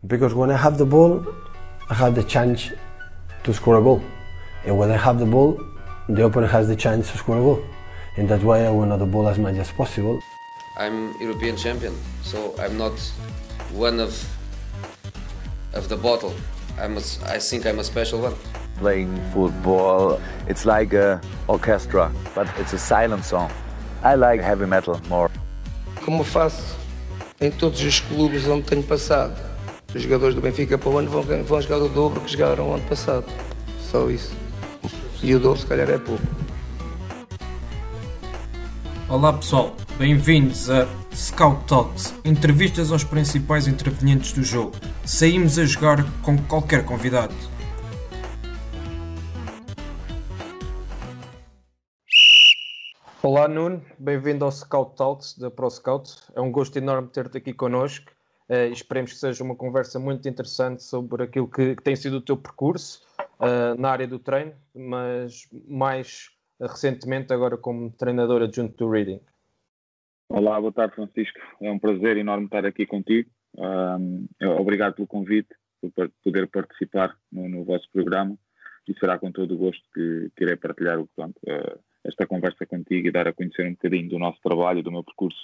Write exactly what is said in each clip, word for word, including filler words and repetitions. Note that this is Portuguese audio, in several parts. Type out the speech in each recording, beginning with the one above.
Because when I have the ball, I have the chance to score a goal. And when I have the ball, the opponent has the chance to score a goal. And that's why I want the ball as much as possible. I'm European champion, so I'm not one of of the bottle. I'm a, I think I'm a special one. Playing football, it's like an orchestra, but it's a silent song. I like heavy metal more. Como faço em todos os clubes onde tenho passado, os jogadores do Benfica para o ano vão, vão jogar o dobro que jogaram o ano passado. Só isso. E o dobro se calhar é pouco. Olá pessoal, bem-vindos a Scout Talks, entrevistas aos principais intervenientes do jogo. Saímos a jogar com qualquer convidado. Olá Nuno, bem-vindo ao Scout Talks da ProScout. É um gosto enorme ter-te aqui connosco uh, e esperemos que seja uma conversa muito interessante sobre aquilo que, que tem sido o teu percurso uh, na área do treino, mas mais uh, recentemente agora como treinador adjunto do Reading. Olá, boa tarde Francisco, é um prazer enorme estar aqui contigo. Um, obrigado pelo convite, por poder participar no, no vosso programa e será com todo o gosto que, que irei partilhar o pronto, uh, esta conversa contigo e dar a conhecer um bocadinho do nosso trabalho e do meu percurso.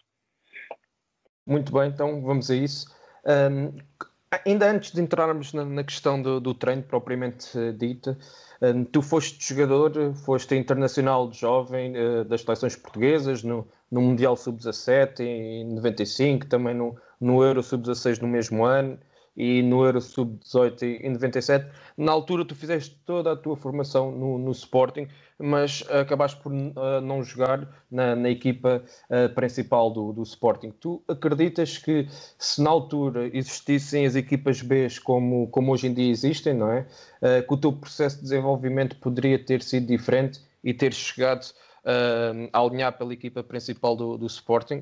Muito bem, então vamos a isso. Um, ainda antes de entrarmos na, na questão do, do treino propriamente uh, dita, um, tu foste jogador, foste internacional de jovem uh, das seleções portuguesas no, no Mundial sub dezassete em noventa e cinco, também no, no Euro sub dezasseis no mesmo ano e no Euro sub dezoito em noventa e sete. Na altura tu fizeste toda a tua formação no, no Sporting, mas acabaste por uh, não jogar na, na equipa uh, principal do, do Sporting. Tu acreditas que se na altura existissem as equipas B como, como hoje em dia existem, não é? Uh, que o teu processo de desenvolvimento poderia ter sido diferente e ter chegado uh, a alinhar pela equipa principal do, do Sporting?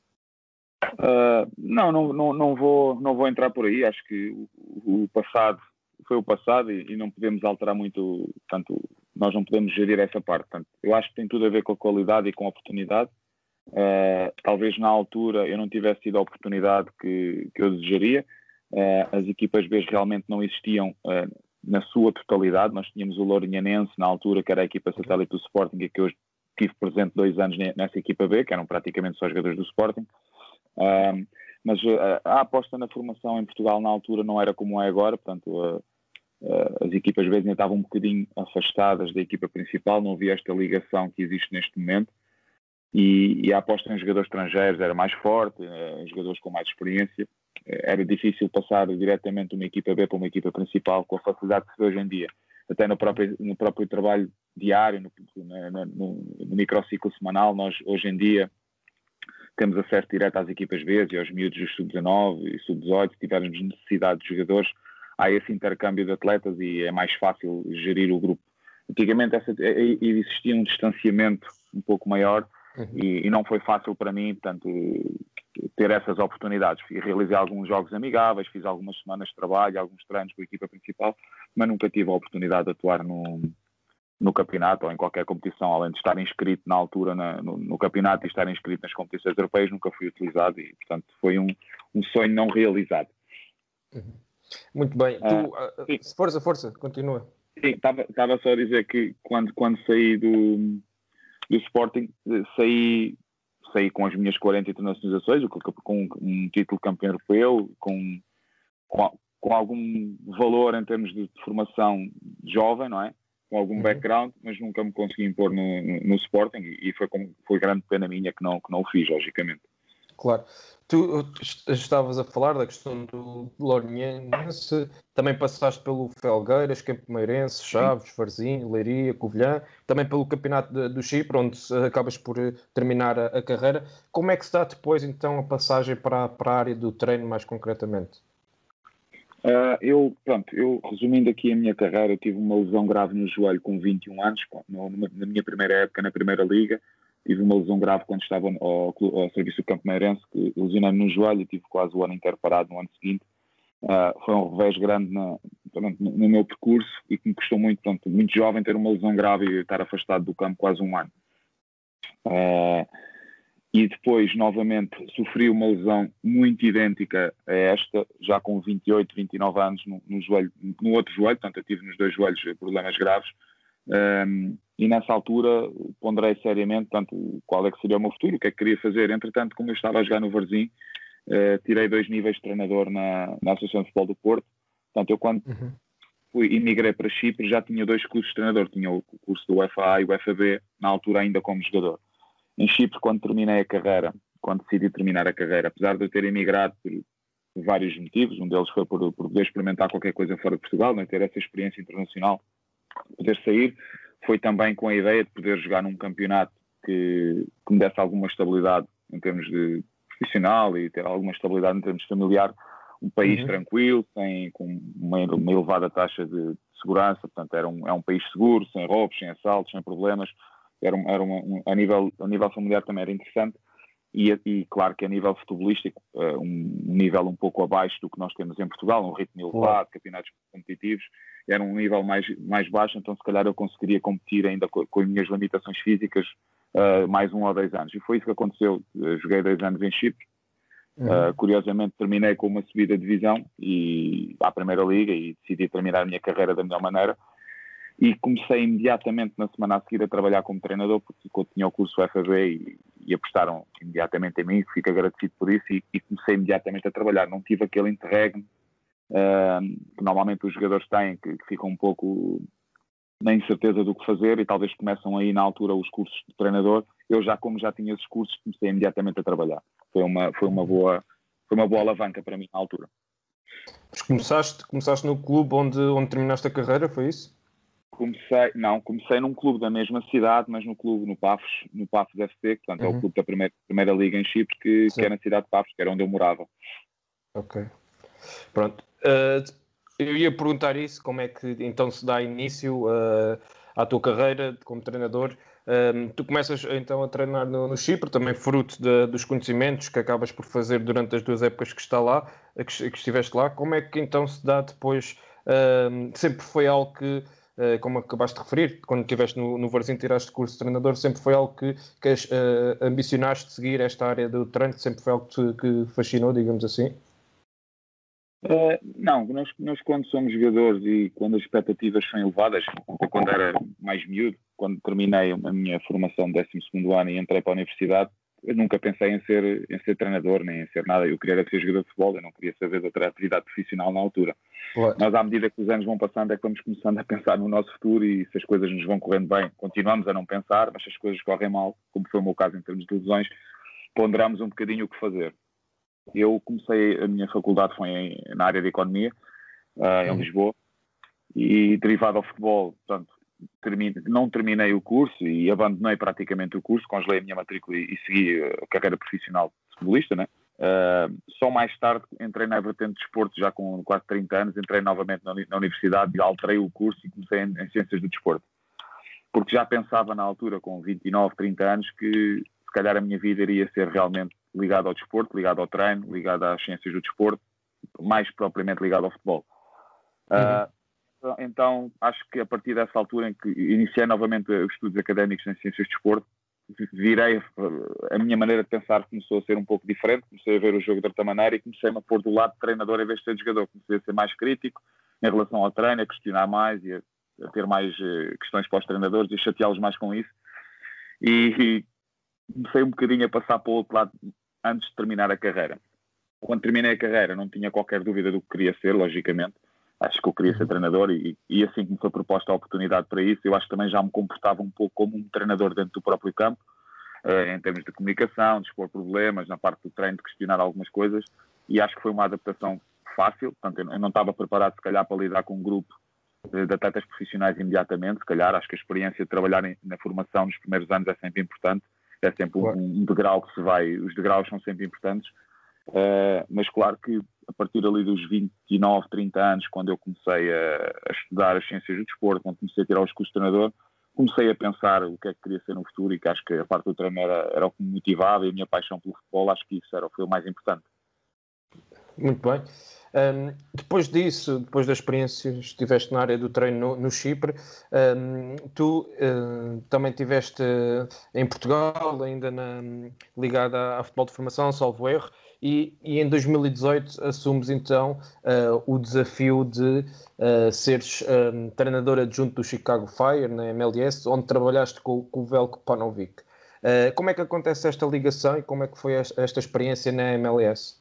Uh, não, não, não, não, vou, não vou entrar por aí. Acho que o, o passado foi o passado e, e não podemos alterar muito, portanto, nós não podemos gerir essa parte. Portanto, eu acho que tem tudo a ver com a qualidade e com a oportunidade. Uh, talvez na altura eu não tivesse tido a oportunidade que, que eu desejaria. Uh, as equipas B realmente não existiam uh, na sua totalidade. Nós tínhamos o Lourinhanense na altura, que era a equipa satélite do Sporting, e que eu estive presente dois anos nessa equipa B, que eram praticamente só jogadores do Sporting. Um, mas uh, a aposta na formação em Portugal na altura não era como é agora, portanto uh, uh, as equipas B ainda estavam um bocadinho afastadas da equipa principal, não havia esta ligação que existe neste momento e, e a aposta em jogadores estrangeiros era mais forte, uh, em jogadores com mais experiência. Uh, era difícil passar diretamente de uma equipa B para uma equipa principal com a facilidade que se vê hoje em dia, até no próprio, no próprio trabalho diário, no, no, no, no microciclo semanal. Nós hoje em dia temos acesso direto às equipas B e aos miúdos dos sub dezanove e sub dezoito. Se tivermos necessidade de jogadores, há esse intercâmbio de atletas e é mais fácil gerir o grupo. Antigamente essa, existia um distanciamento um pouco maior uhum. e, e não foi fácil para mim, portanto, ter essas oportunidades. Realizei alguns jogos amigáveis, fiz algumas semanas de trabalho, alguns treinos com a equipa principal, mas nunca tive a oportunidade de atuar no... no campeonato ou em qualquer competição, além de estar inscrito na altura na, no, no campeonato e estar inscrito nas competições europeias, nunca fui utilizado e, portanto, foi um, um sonho não realizado. Muito bem. Tu, uh, força, força, continua. Sim, estava só a dizer que quando, quando saí do, do Sporting, saí, saí com as minhas quarenta internacionalizações, com um título campeão europeu, com, com, com algum valor em termos de, de formação jovem, não é? Com algum background, mas nunca me consegui impor no, no, no Sporting e foi, como, foi grande pena minha que não, que não o fiz, logicamente. Claro. Tu estavas a falar da questão do Lourinhanense, também passaste pelo Felgueiras, Campo Meirense, Chaves, Varzim, Leiria, Covilhã, também pelo Campeonato de, do Chipre, onde acabas por terminar a, a carreira. Como é que se dá depois, então, a passagem para, para a área do treino, mais concretamente? Uh, eu, pronto, eu, resumindo aqui a minha carreira, eu tive uma lesão grave no joelho com vinte e um anos, no, na minha primeira época na Primeira Liga. Tive uma lesão grave quando estava ao, ao serviço do Campo Meirense, que lesionei-me no joelho e tive quase o ano inteiro parado no ano seguinte. Uh, foi um revés grande na, pronto, no meu percurso e que me custou muito, pronto, muito jovem, ter uma lesão grave e estar afastado do campo quase um ano. Uh, e depois, novamente, sofri uma lesão muito idêntica a esta, já com vinte e oito, vinte e nove anos, no, no, joelho, no outro joelho, portanto, eu tive nos dois joelhos problemas graves, um, e nessa altura ponderei seriamente, portanto, qual é que seria o meu futuro, o que é que queria fazer. Entretanto, como eu estava a jogar no Varzim, uh, tirei dois níveis de treinador na, na Associação de Futebol do Porto, portanto, eu quando uhum. fui, emigrei para Chipre, já tinha dois cursos de treinador, tinha o curso do U F A e o U F A B, na altura ainda como jogador. Em Chipre, quando terminei a carreira, quando decidi terminar a carreira, apesar de eu ter emigrado por, por vários motivos, um deles foi por, por poder experimentar qualquer coisa fora de Portugal, né, ter essa experiência internacional, poder sair, foi também com a ideia de poder jogar num campeonato que, que me desse alguma estabilidade em termos de profissional e ter alguma estabilidade em termos familiar, um país uhum. tranquilo, sem, com uma, uma elevada taxa de, de segurança, portanto era um, é um país seguro, sem roubos, sem assaltos, sem problemas. Era, era uma, um, a, nível, a nível familiar também era interessante e, e claro que a nível futebolístico uh, um nível um pouco abaixo do que nós temos em Portugal, um ritmo elevado, campeonatos competitivos, era um nível mais, mais baixo, então se calhar eu conseguiria competir ainda com, com as minhas limitações físicas uh, mais um ou dois anos, e foi isso que aconteceu. Eu joguei dois anos em Chipre, uhum. uh, curiosamente terminei com uma subida de divisão e, à Primeira Liga e decidi terminar a minha carreira da melhor maneira. E comecei imediatamente na semana a seguir a trabalhar como treinador, porque eu tinha o curso U F A B e, e apostaram imediatamente em mim, fico agradecido por isso, e, e comecei imediatamente a trabalhar. Não tive aquele interregno uh, que normalmente os jogadores têm, que, que ficam um pouco na incerteza do que fazer e talvez começam aí na altura os cursos de treinador. Eu já, como já tinha esses cursos, comecei imediatamente a trabalhar. Foi uma, foi uma, boa, foi uma boa alavanca para mim na altura. Mas começaste, começaste no clube onde, onde terminaste a carreira, foi isso? Comecei, não, comecei num clube da mesma cidade, mas no clube, no Pafos, no Pafos F C, que portanto uhum. é o clube da primeira, primeira Liga em Chipre, que, que é na cidade de Pafos, que era onde eu morava. Ok. Pronto. Uh, eu ia perguntar isso, como é que então se dá início uh, à tua carreira como treinador. Uh, tu começas então a treinar no, no Chipre, também fruto de, dos conhecimentos que acabas por fazer durante as duas épocas que, está lá, que, que estiveste lá. Como é que então se dá depois? Uh, sempre foi algo que, Uh, como acabaste de referir, quando estiveste no, no Varzim tiraste curso de treinador, sempre foi algo que, que uh, ambicionaste seguir esta área do treino, sempre foi algo que, que fascinou, digamos assim? Uh, não, nós, nós quando somos jogadores e quando as expectativas são elevadas, quando era mais miúdo, quando terminei a minha formação do décimo segundo ano e entrei para a universidade, eu nunca pensei em ser, em ser treinador, nem em ser nada. Eu queria ser jogador de futebol, eu não queria saber de outra atividade profissional na altura. Claro. Nós, à medida que os anos vão passando, é que vamos começando a pensar no nosso futuro e se as coisas nos vão correndo bem, continuamos a não pensar, mas se as coisas correm mal, como foi o meu caso em termos de lesões, ponderamos um bocadinho o que fazer. Eu comecei, a minha faculdade foi em, na área de Economia, uh, em Lisboa, e derivado ao futebol, portanto, termine, não terminei o curso e abandonei praticamente o curso, congelei a minha matrícula e, e segui a carreira profissional de futebolista, né? Uh, só mais tarde entrei na vertente de desporto, já com quase trinta anos, entrei novamente na, na universidade e alterei o curso e comecei em, em Ciências do Desporto. Porque já pensava na altura, com vinte e nove, trinta anos, que se calhar a minha vida iria ser realmente ligada ao desporto, ligada ao treino, ligada às ciências do desporto, mais propriamente ligada ao futebol. Uhum. Uh, então, acho que a partir dessa altura em que iniciei novamente os estudos académicos em ciências de desporto, virei, a minha maneira de pensar começou a ser um pouco diferente, comecei a ver o jogo de outra maneira e comecei-me a pôr do lado de treinador em vez de ser jogador. Comecei a ser mais crítico em relação ao treino, a questionar mais e a, a ter mais uh, questões para os treinadores e a chateá-los mais com isso. E, e comecei um bocadinho a passar para o outro lado antes de terminar a carreira. Quando terminei a carreira não tinha qualquer dúvida do que queria ser, logicamente. Acho que eu queria ser treinador e, e assim que me foi proposta a oportunidade para isso, eu acho que também já me comportava um pouco como um treinador dentro do próprio campo, uh, em termos de comunicação, de expor problemas, na parte do treino, de questionar algumas coisas, e acho que foi uma adaptação fácil. Portanto, eu não estava preparado, se calhar, para lidar com um grupo de, de atletas profissionais imediatamente, se calhar. Acho que a experiência de trabalhar em, na formação nos primeiros anos é sempre importante, é sempre um, um degrau que se vai, os degraus são sempre importantes. Uh, mas claro que a partir ali dos vinte e nove, trinta anos, quando eu comecei a, a estudar as ciências do desporto, quando comecei a tirar os cursos de treinador, comecei a pensar o que é que queria ser no futuro e que acho que a parte do treino era, era o que me motivava e a minha paixão pelo futebol, acho que isso era, foi o mais importante. Muito bem. Um, depois disso, depois da experiência que estiveste na área do treino no, no Chipre, um, tu uh, também estiveste em Portugal, ainda na, ligada a futebol de formação, salvo erro, e, e em dois mil e dezoito assumes então uh, o desafio de uh, seres um, treinador adjunto do Chicago Fire, na M L S, onde trabalhaste com, com o Veljko Paunovic. Uh, como é que acontece esta ligação e como é que foi esta, esta experiência na M L S?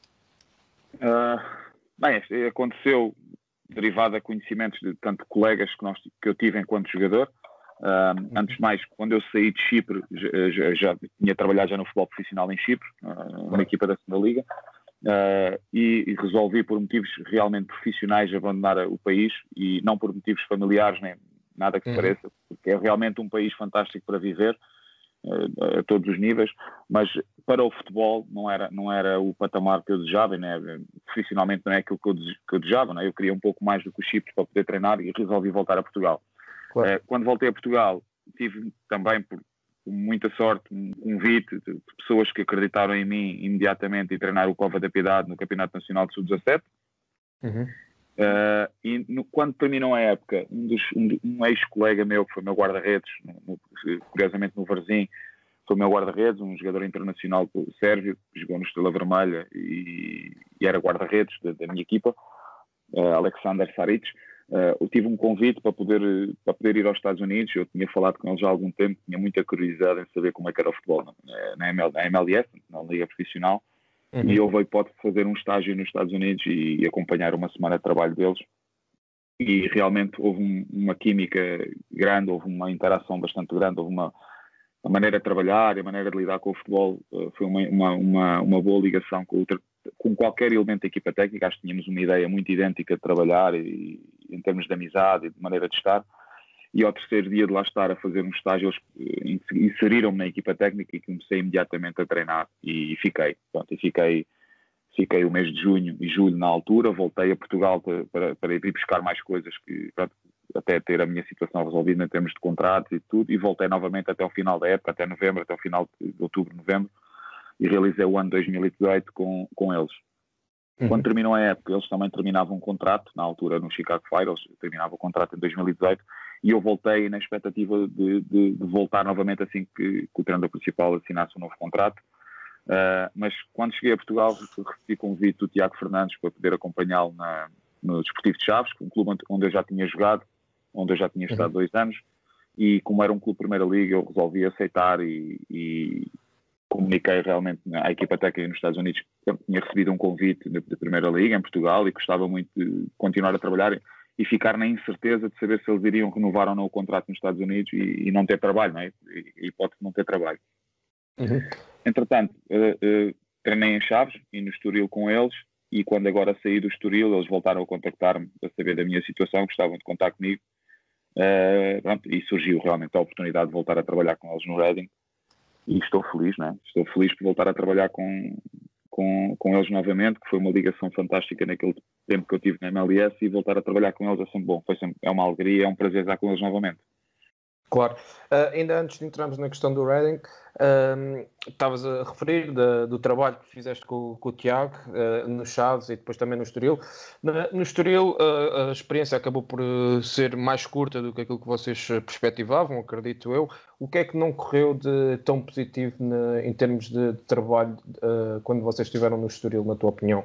Uh, bem, aconteceu derivado a conhecimentos de tanto colegas que, nós, que eu tive enquanto jogador. Uh, uhum. Antes de mais, quando eu saí de Chipre, já, já, já tinha trabalhado já no futebol profissional em Chipre, uh, na equipa da segunda Liga, uh, e, e resolvi por motivos realmente profissionais abandonar o país, e não por motivos familiares nem nada que se uhum. pareça, porque é realmente um país fantástico para viver uh, a todos os níveis, mas para o futebol não era, não era o patamar que eu desejava, né? Profissionalmente não é aquilo que eu, que eu desejava, né? Eu queria um pouco mais do que o Chipre para poder treinar e resolvi voltar a Portugal. Claro. Quando voltei a Portugal, tive também, por muita sorte, um convite de pessoas que acreditaram em mim imediatamente e treinar o Cova da Piedade no Campeonato Nacional de sub dezassete. Uhum. Uh, e no, quando terminou a época, um, dos, um, um ex-colega meu, que foi meu guarda-redes, no, no, curiosamente no Varzim, foi meu guarda-redes, um jogador internacional sérvio, que jogou no Estrela Vermelha e, e era guarda-redes da, da minha equipa, uh, Alexander Saric. Uh, eu tive um convite para poder, para poder ir aos Estados Unidos. Eu tinha falado com ele já há algum tempo, tinha muita curiosidade em saber como é que era o futebol na, na, M L, na M L S, na Liga Profissional, uhum. e houve a hipótese de fazer um estágio nos Estados Unidos e, e acompanhar uma semana de trabalho deles, e realmente houve um, uma química grande, houve uma interação bastante grande, houve uma a maneira de trabalhar, a maneira de lidar com o futebol, uh, foi uma, uma, uma, uma boa ligação com, outra, com qualquer elemento da equipa técnica. Acho que tínhamos uma ideia muito idêntica de trabalhar e, em termos de amizade e de maneira de estar. E ao terceiro dia de lá estar a fazer um estágio, eles inseriram-me na equipa técnica e comecei imediatamente a treinar e fiquei. Pronto, e fiquei, fiquei o mês de junho e julho na altura, voltei a Portugal para, para, para ir buscar mais coisas, que, pronto, até ter a minha situação resolvida em termos de contratos e tudo, e voltei novamente até o final da época, até novembro, até o final de outubro, novembro, e realizei o ano dois mil e dezoito com, com eles. Uhum. Quando terminou a época, eles também terminavam um contrato, na altura no Chicago Fire, eles terminavam o contrato em dois mil e dezoito, e eu voltei na expectativa de, de, de voltar novamente assim que, que o treinador principal assinasse um novo contrato. Uh, mas quando cheguei a Portugal, recebi convite do Tiago Fernandes para poder acompanhá-lo na, no Desportivo de Chaves, um clube onde eu já tinha jogado, onde eu já tinha estado uhum. dois anos, e como era um clube de Primeira Liga, eu resolvi aceitar e, e comuniquei realmente à equipa técnica nos Estados Unidos que eu tinha recebido um convite da Primeira Liga em Portugal e gostava muito de continuar a trabalhar e ficar na incerteza de saber se eles iriam renovar ou não o contrato nos Estados Unidos e, e não ter trabalho, não é? E, hipótese de não ter trabalho. Uhum. Entretanto, uh, uh, treinei em Chaves e no Estoril com eles, e quando agora saí do Estoril, eles voltaram a contactar-me para saber da minha situação, gostavam de contar comigo. Uh, pronto, e surgiu realmente a oportunidade de voltar a trabalhar com eles no Reading, e estou feliz, né? Estou feliz por voltar a trabalhar com, com, com eles novamente, que foi uma ligação fantástica naquele tempo que eu tive na M L S, e voltar a trabalhar com eles é sempre bom, foi sempre, é uma alegria, é um prazer estar com eles novamente. Claro. Uh, ainda antes de entrarmos na questão do Reading, uh, estavas a referir de, do trabalho que fizeste com, com o Tiago uh, no Chaves e depois também no Estoril. No, no Estoril, uh, a experiência acabou por uh, ser mais curta do que aquilo que vocês perspectivavam, acredito eu. O que é que não correu de tão positivo na, em termos de, de trabalho uh, quando vocês estiveram no Estoril, na tua opinião?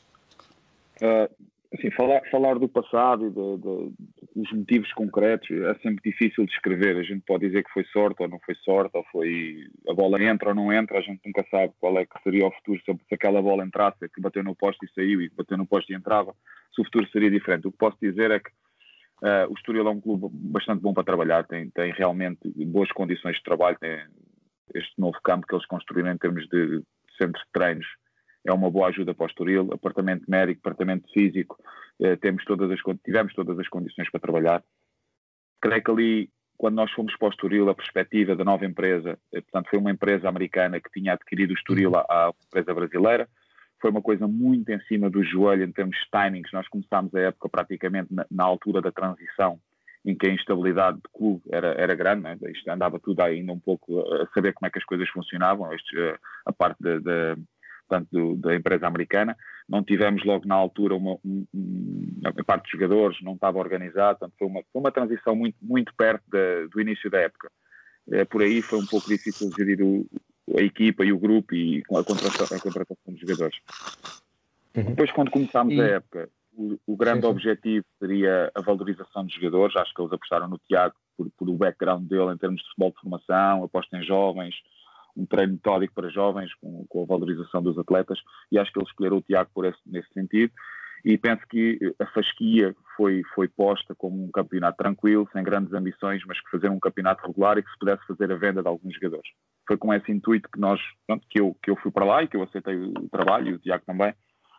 Uh, assim, falar, falar do passado e de, de, dos motivos concretos é sempre difícil de escrever. A gente pode dizer que foi sorte ou não foi sorte, ou foi a bola entra ou não entra, a gente nunca sabe qual é que seria o futuro, se, se aquela bola entrasse, que bateu no poste e saiu, e que bateu no poste e entrava, se o futuro seria diferente. O que posso dizer é que uh, o Estoril é um clube bastante bom para trabalhar, tem, tem realmente boas condições de trabalho, tem este novo campo que eles construíram em termos de centros de treinos, é uma boa ajuda para o Estoril, apartamento médico, apartamento físico, eh, temos todas as, tivemos todas as condições para trabalhar. Creio que ali, quando nós fomos para o Estoril, a perspectiva da nova empresa, eh, portanto foi uma empresa americana que tinha adquirido o Estoril à, à empresa brasileira, foi uma coisa muito em cima do joelho em termos de timings. Nós começámos a época praticamente na, na altura da transição, em que a instabilidade do clube era, era grande, né? Isto andava tudo ainda um pouco a saber como é que as coisas funcionavam, este, a parte da portanto, do, da empresa americana. Não tivemos logo na altura uma, um, um, a parte dos jogadores, não estava organizado, portanto, foi uma, foi uma transição muito, muito perto da, do início da época. É, por aí foi um pouco difícil gerir o, a equipa e o grupo e a contratação, a contratação dos jogadores. Uhum. Depois, quando começámos e... a época, o, o grande sim, sim. objetivo seria a valorização dos jogadores. Acho que eles apostaram no Tiago por, por o background dele em termos de futebol de formação, aposta em jovens, um treino metódico para jovens, com, com a valorização dos atletas, e acho que eles escolheram o Tiago por esse, nesse sentido. E penso que a fasquia foi, foi posta como um campeonato tranquilo, sem grandes ambições, mas que fazer um campeonato regular e que se pudesse fazer a venda de alguns jogadores. Foi com esse intuito que, nós, pronto, que, eu, que eu fui para lá e que eu aceitei o trabalho, e o Tiago também.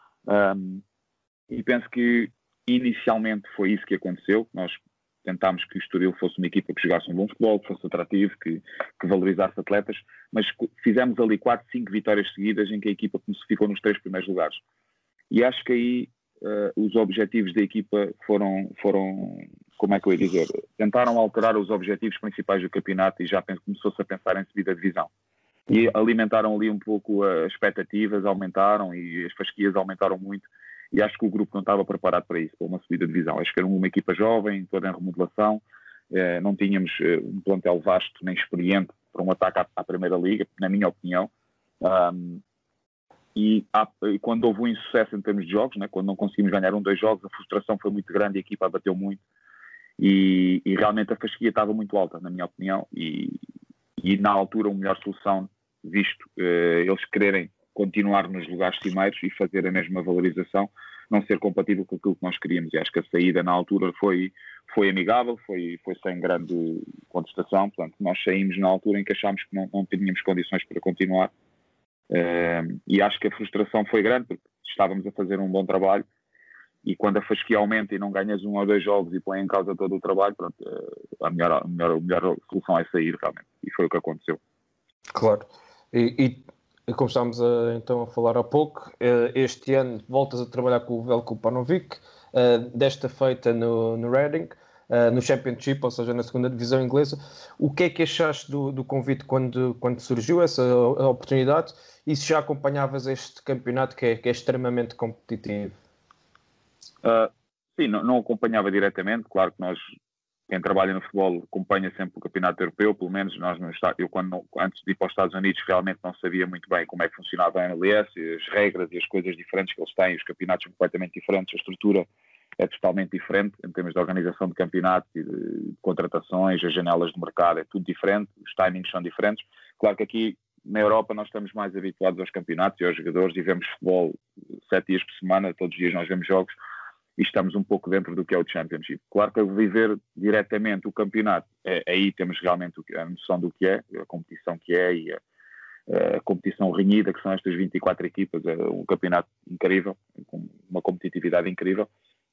Um, e penso que inicialmente foi isso que aconteceu. Nós tentámos que o Estoril fosse uma equipa que jogasse um bom futebol, que fosse atrativo, que, que valorizasse atletas, mas fizemos ali quatro, cinco vitórias seguidas em que a equipa ficou nos três primeiros lugares. E acho que aí Uh, os objetivos da equipa foram, foram, como é que eu ia dizer, tentaram alterar os objetivos principais do campeonato e já começou-se a pensar em subida de divisão. E alimentaram ali um pouco as expectativas, aumentaram e as fasquias aumentaram muito e acho que o grupo não estava preparado para isso, para uma subida de divisão. Acho que era uma equipa jovem, toda em remodelação, uh, não tínhamos uh, um plantel vasto nem experiente para um ataque à, à Primeira Liga, na minha opinião. Um, E, há, e quando houve um insucesso em termos de jogos, né, quando não conseguimos ganhar um, dois jogos, a frustração foi muito grande e a equipa abateu muito e, e realmente a fasquia estava muito alta, na minha opinião, e, e na altura a melhor solução, visto eh, eles quererem continuar nos lugares cimeiros e fazer a mesma valorização, não ser compatível com aquilo que nós queríamos. E acho que a saída na altura foi, foi amigável, foi, foi sem grande contestação, portanto nós saímos na altura em que achámos que não, não tínhamos condições para continuar. Uh, e acho que a frustração foi grande porque estávamos a fazer um bom trabalho e quando a fasquia aumenta e não ganhas um ou dois jogos e põe em causa todo o trabalho, pronto, uh, a, melhor, a, melhor, a melhor solução é sair realmente, e foi o que aconteceu. Claro, e, e como estávamos a, então a falar há pouco, uh, este ano voltas a trabalhar com o Veljko Paunovic, uh, desta feita no, no Reading, Uh, no Championship, ou seja, na segunda divisão inglesa. O que é que achaste do, do convite quando, quando surgiu essa oportunidade e se já acompanhavas este campeonato que é, que é extremamente competitivo? Uh, sim, não, não acompanhava diretamente. Claro que nós, quem trabalha no futebol, acompanha sempre o campeonato europeu, pelo menos nós no estado, eu quando, antes de ir para os Estados Unidos realmente não sabia muito bem como é que funcionava a M L S, as regras e as coisas diferentes que eles têm, os campeonatos são completamente diferentes, a estrutura é totalmente diferente em termos de organização de campeonatos e de, de contratações, as janelas de mercado, é tudo diferente, os timings são diferentes. Claro que aqui na Europa nós estamos mais habituados aos campeonatos e aos jogadores e vemos futebol sete dias por semana, todos os dias nós vemos jogos e estamos um pouco dentro do que é o Championship. Claro que viver diretamente o campeonato, é, aí temos realmente a noção do que é, a competição que é e a, a competição renhida, que são estas vinte e quatro equipas, é um campeonato incrível, com uma competitividade incrível.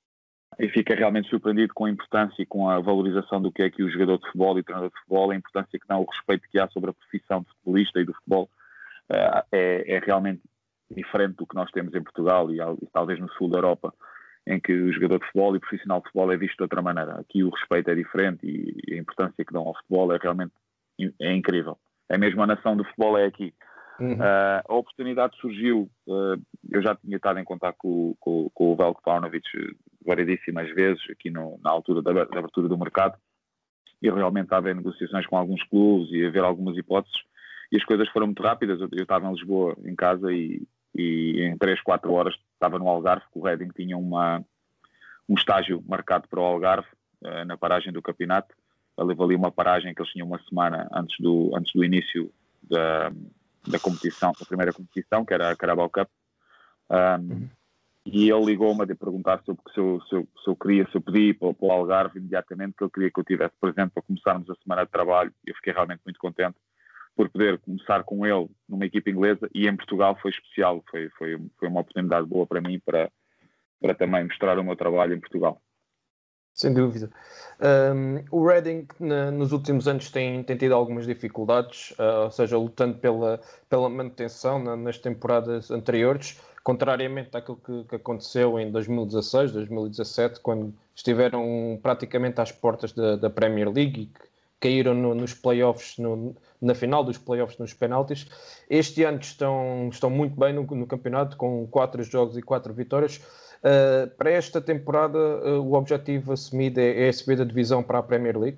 E fica realmente surpreendido com a importância e com a valorização do que é que o jogador de futebol e o treinador de futebol, a importância que dá, o respeito que há sobre a profissão de futebolista e do futebol, uh, é, é realmente diferente do que nós temos em Portugal e, e talvez no sul da Europa, em que o jogador de futebol e o profissional de futebol é visto de outra maneira. Aqui o respeito é diferente e, e a importância que dão ao futebol é realmente é incrível. É mesmo a nação do futebol é aqui. Uhum. Uh, a oportunidade surgiu, uh, eu já tinha estado em contato com, com, com o Veljko Paunovic variedíssimas vezes, aqui no, na altura da, da abertura do mercado, e realmente estava em negociações com alguns clubes e a ver algumas hipóteses, e as coisas foram muito rápidas. Eu, eu estava em Lisboa, em casa, e, e em três, quatro horas estava no Algarve, que o Reading tinha uma, um estágio marcado para o Algarve, uh, na paragem do campeonato. Ali valia uma paragem que eles tinham uma semana antes do, antes do início da, da competição, da primeira competição, que era a Carabao Cup. Um, uhum. E ele ligou-me a perguntar se eu, se, eu, se, eu, se eu queria, se eu podia ir para, para o Algarve imediatamente, que ele queria que eu estivesse presente para começarmos a semana de trabalho. Eu fiquei realmente muito contente por poder começar com ele numa equipa inglesa, e em Portugal foi especial, foi, foi, foi uma oportunidade boa para mim para, para também mostrar o meu trabalho em Portugal. Sem dúvida. Um, o Reading na, nos últimos anos tem, tem tido algumas dificuldades, uh, ou seja, lutando pela, pela manutenção na, nas temporadas anteriores, contrariamente àquilo que, que aconteceu em dois mil e dezasseis, dois mil e dezassete, quando estiveram praticamente às portas da, da Premier League e que caíram no, nos playoffs, no, na final dos playoffs, nos penaltis. Este ano estão, estão muito bem no, no campeonato, com quatro jogos e quatro vitórias. Uh, para esta temporada, uh, o objetivo assumido é, é subir da divisão para a Premier League?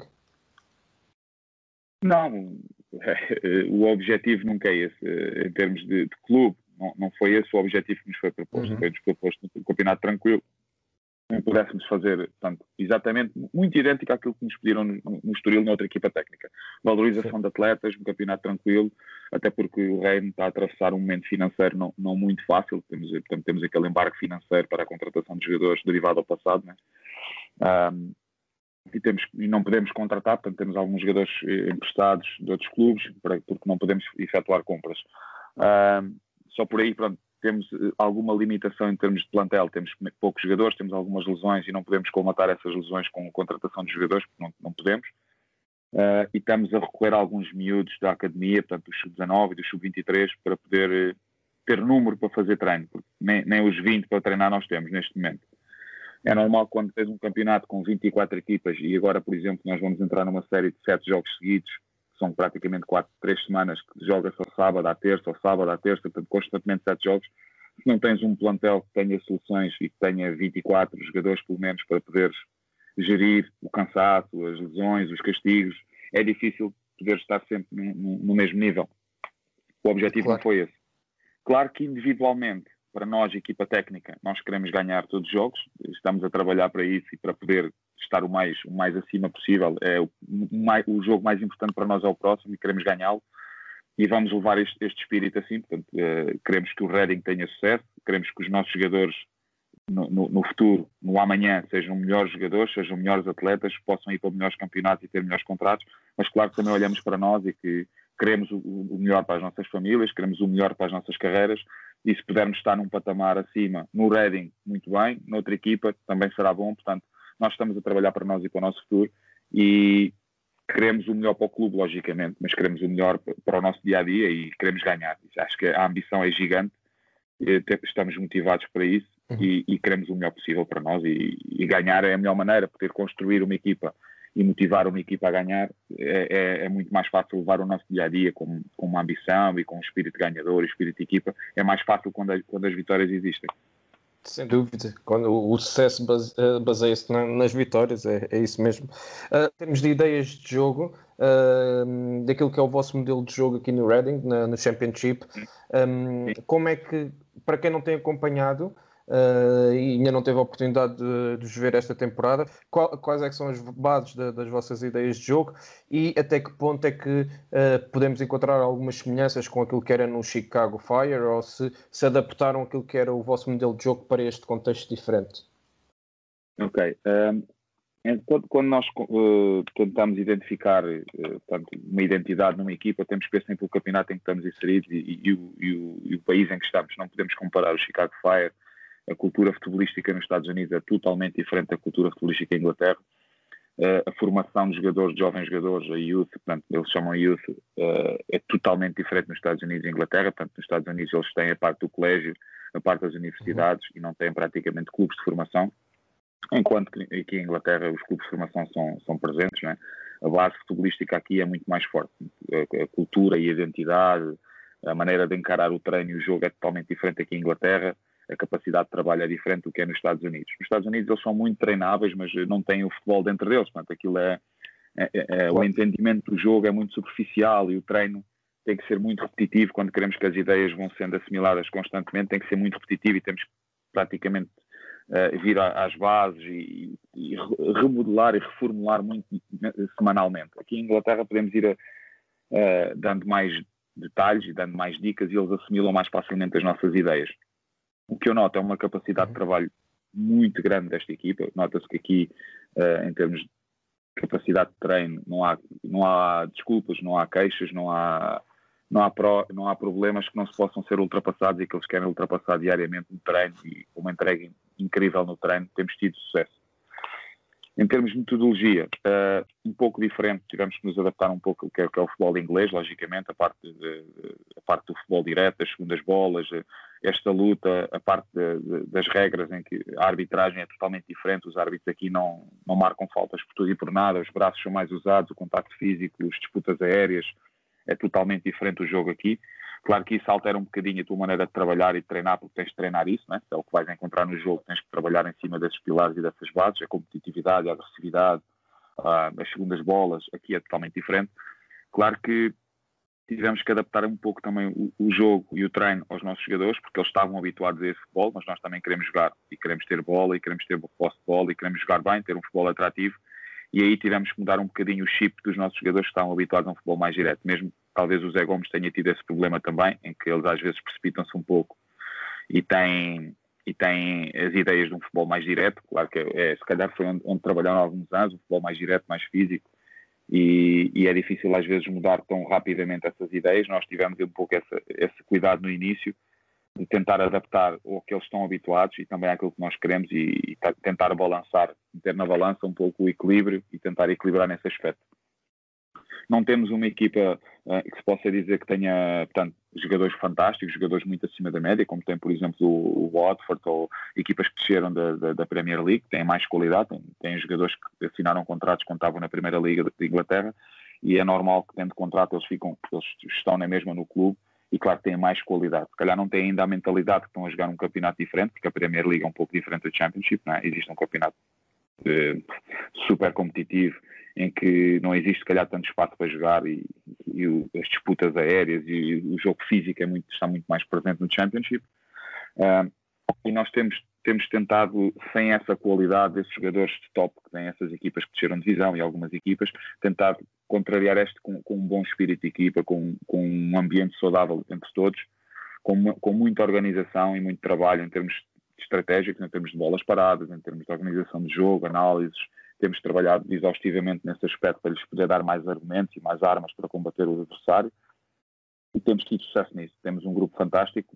Não, o objetivo nunca é esse. Em termos de, de clube, não, não foi esse o objetivo que nos foi proposto. Uhum. Foi-nos proposto um campeonato tranquilo, não pudéssemos fazer, portanto, exatamente, muito idêntico àquilo que nos pediram no, no Estoril, na outra equipa técnica. Valorização Sim. de atletas, um campeonato tranquilo, até porque o Reino está a atravessar um momento financeiro não, não muito fácil, temos, portanto, temos aquele embarque financeiro para a contratação de jogadores derivado ao passado, né? Um, e, temos, e não podemos contratar, portanto, temos alguns jogadores emprestados de outros clubes, para, porque não podemos efetuar compras. Um, só por aí, pronto, temos alguma limitação em termos de plantel, temos poucos jogadores, temos algumas lesões e não podemos colmatar essas lesões com a contratação de jogadores, porque não, não podemos. Uh, e estamos a recolher alguns miúdos da academia, portanto, do sub dezanove e do sub vinte e três, para poder uh, ter número para fazer treino, porque nem, nem os vinte para treinar nós temos neste momento. É normal quando tens um campeonato com vinte e quatro equipas e agora, por exemplo, nós vamos entrar numa série de sete jogos seguidos, são praticamente quatro, três semanas que joga-se ao sábado, à terça, ao sábado, à terça, portanto, constantemente sete jogos. Se não tens um plantel que tenha soluções e que tenha vinte e quatro jogadores, pelo menos, para poderes gerir o cansaço, as lesões, os castigos, é difícil poder estar sempre no, no, no mesmo nível. O objetivo claro. Não foi esse. Claro que individualmente, para nós, equipa técnica, nós queremos ganhar todos os jogos, estamos a trabalhar para isso e para poder estar o mais, o mais acima possível. É o, mais, o jogo mais importante para nós é o próximo e queremos ganhá-lo e vamos levar este, este espírito assim. Portanto, uh, queremos que o Reading tenha sucesso, queremos que os nossos jogadores no, no, no futuro, no amanhã, sejam melhores jogadores, sejam melhores atletas, possam ir para melhores campeonatos e ter melhores contratos, mas claro que também olhamos para nós e que queremos o, o melhor para as nossas famílias, queremos o melhor para as nossas carreiras e se pudermos estar num patamar acima, no Reading, muito bem, noutra equipa também será bom. Portanto, nós estamos a trabalhar para nós e para o nosso futuro e queremos o melhor para o clube, logicamente, mas queremos o melhor para o nosso dia-a-dia e queremos ganhar. Acho que a ambição é gigante, estamos motivados para isso uhum. e, e queremos o melhor possível para nós e, e ganhar é a melhor maneira, poder construir uma equipa e motivar uma equipa a ganhar é, é, é muito mais fácil levar o nosso dia-a-dia com, com uma ambição e com um espírito ganhador e espírito de equipa, é mais fácil quando, a, quando as vitórias existem. Sem dúvida, quando o sucesso base, baseia-se na, nas vitórias, é, é isso mesmo. Uh, temos de ideias de jogo, uh, daquilo que é o vosso modelo de jogo aqui no Reading, na, no Championship. Um, como é que, para quem não tem acompanhado uh, e ainda não teve a oportunidade de, de os ver esta temporada, qual, quais é que são as bases de, das vossas ideias de jogo e até que ponto é que uh, podemos encontrar algumas semelhanças com aquilo que era no Chicago Fire ou se, se adaptaram aquilo que era o vosso modelo de jogo para este contexto diferente? Ok. Um, quando, quando nós uh, tentamos identificar uh, portanto, uma identidade numa equipa, temos que ver sempre o campeonato em que estamos inseridos e, e, e, o, e, o, e o país em que estamos. Não podemos comparar o Chicago Fire. A cultura futebolística nos Estados Unidos é totalmente diferente da cultura futebolística em Inglaterra. Uh, a formação de jogadores, de jovens jogadores, a youth, portanto, eles chamam youth, uh, é totalmente diferente nos Estados Unidos e Inglaterra. Portanto, nos Estados Unidos eles têm a parte do colégio, a parte das universidades uhum. e não têm praticamente clubes de formação. Enquanto que aqui em Inglaterra os clubes de formação são, são presentes, não é? A base futebolística aqui é muito mais forte. A, a cultura e a identidade, a maneira de encarar o treino e o jogo é totalmente diferente aqui em Inglaterra. A capacidade de trabalho é diferente do que é nos Estados Unidos. Nos Estados Unidos eles são muito treináveis, mas não têm o futebol dentro deles. Portanto, aquilo é, é, é o entendimento do jogo é muito superficial e o treino tem que ser muito repetitivo. Quando queremos que as ideias vão sendo assimiladas constantemente, tem que ser muito repetitivo e temos que praticamente uh, vir às bases e, e remodelar e reformular muito semanalmente. Aqui em Inglaterra podemos ir a, uh, dando mais detalhes e dando mais dicas e eles assimilam mais facilmente as nossas ideias. O que eu noto é uma capacidade de trabalho muito grande desta equipa. Nota-se que aqui, uh, em termos de capacidade de treino, não há, não há desculpas, não há queixas, não há, não, há pro, não há problemas que não se possam ser ultrapassados e que eles querem ultrapassar diariamente no treino e com uma entrega incrível no treino temos tido sucesso. Em termos de metodologia, uh, um pouco diferente, tivemos que nos adaptar um pouco ao que é, que é o futebol inglês, logicamente, a parte, de, de, a parte do futebol direto, as segundas bolas, esta luta, a parte de, de, das regras em que a arbitragem é totalmente diferente, os árbitros aqui não, não marcam faltas por tudo e por nada, os braços são mais usados, o contacto físico, as disputas aéreas, é totalmente diferente o jogo aqui. Claro que isso altera um bocadinho a tua maneira de trabalhar e de treinar, porque tens de treinar isso, né? É o que vais encontrar no jogo, tens que trabalhar em cima desses pilares e dessas bases, a competitividade, a agressividade, uh, as segundas bolas, aqui é totalmente diferente. Claro que tivemos que adaptar um pouco também o, o jogo e o treino aos nossos jogadores, porque eles estavam habituados a esse futebol, mas nós também queremos jogar, e queremos ter bola, e queremos ter posse de bola, e queremos jogar bem, ter um futebol atrativo, e aí tivemos que mudar um bocadinho o chip dos nossos jogadores que estavam habituados a um futebol mais direto, mesmo talvez o Zé Gomes tenha tido esse problema também, em que eles às vezes precipitam-se um pouco e têm, e têm as ideias de um futebol mais direto. Claro que é, se calhar foi onde, onde trabalharam há alguns anos, um futebol mais direto, mais físico, e, e é difícil às vezes mudar tão rapidamente essas ideias. Nós tivemos um pouco essa, esse cuidado no início, de tentar adaptar ao que eles estão habituados e também àquilo que nós queremos e, e tentar balançar, ter na balança um pouco o equilíbrio e tentar equilibrar nesse aspecto. Não temos uma equipa uh, que se possa dizer que tenha, portanto, jogadores fantásticos, jogadores muito acima da média, como tem, por exemplo, o, o Watford ou equipas que desceram da, da, da Premier League, que têm mais qualidade, têm, têm jogadores que assinaram contratos quando estavam na Primeira Liga de Inglaterra, e é normal que, tendo contrato, eles, ficam, eles estão na mesma no clube, e claro que têm mais qualidade. Se calhar não têm ainda a mentalidade que estão a jogar um campeonato diferente, porque a Premier League é um pouco diferente do Championship, não é? Existe um campeonato uh, super competitivo, em que não existe, se calhar, tanto espaço para jogar e, e o, as disputas aéreas e o jogo físico é muito, está muito mais presente no Championship. Uh, e nós temos, temos tentado, sem essa qualidade desses jogadores de top, que têm essas equipas que desceram de divisão e algumas equipas, tentar contrariar este com, com um bom espírito de equipa, com, com um ambiente saudável entre todos, com, com muita organização e muito trabalho em termos estratégicos, em termos de bolas paradas, em termos de organização de jogo, análises. Temos trabalhado exaustivamente nesse aspecto para lhes poder dar mais argumentos e mais armas para combater o adversário, e temos tido sucesso nisso. Temos um grupo fantástico,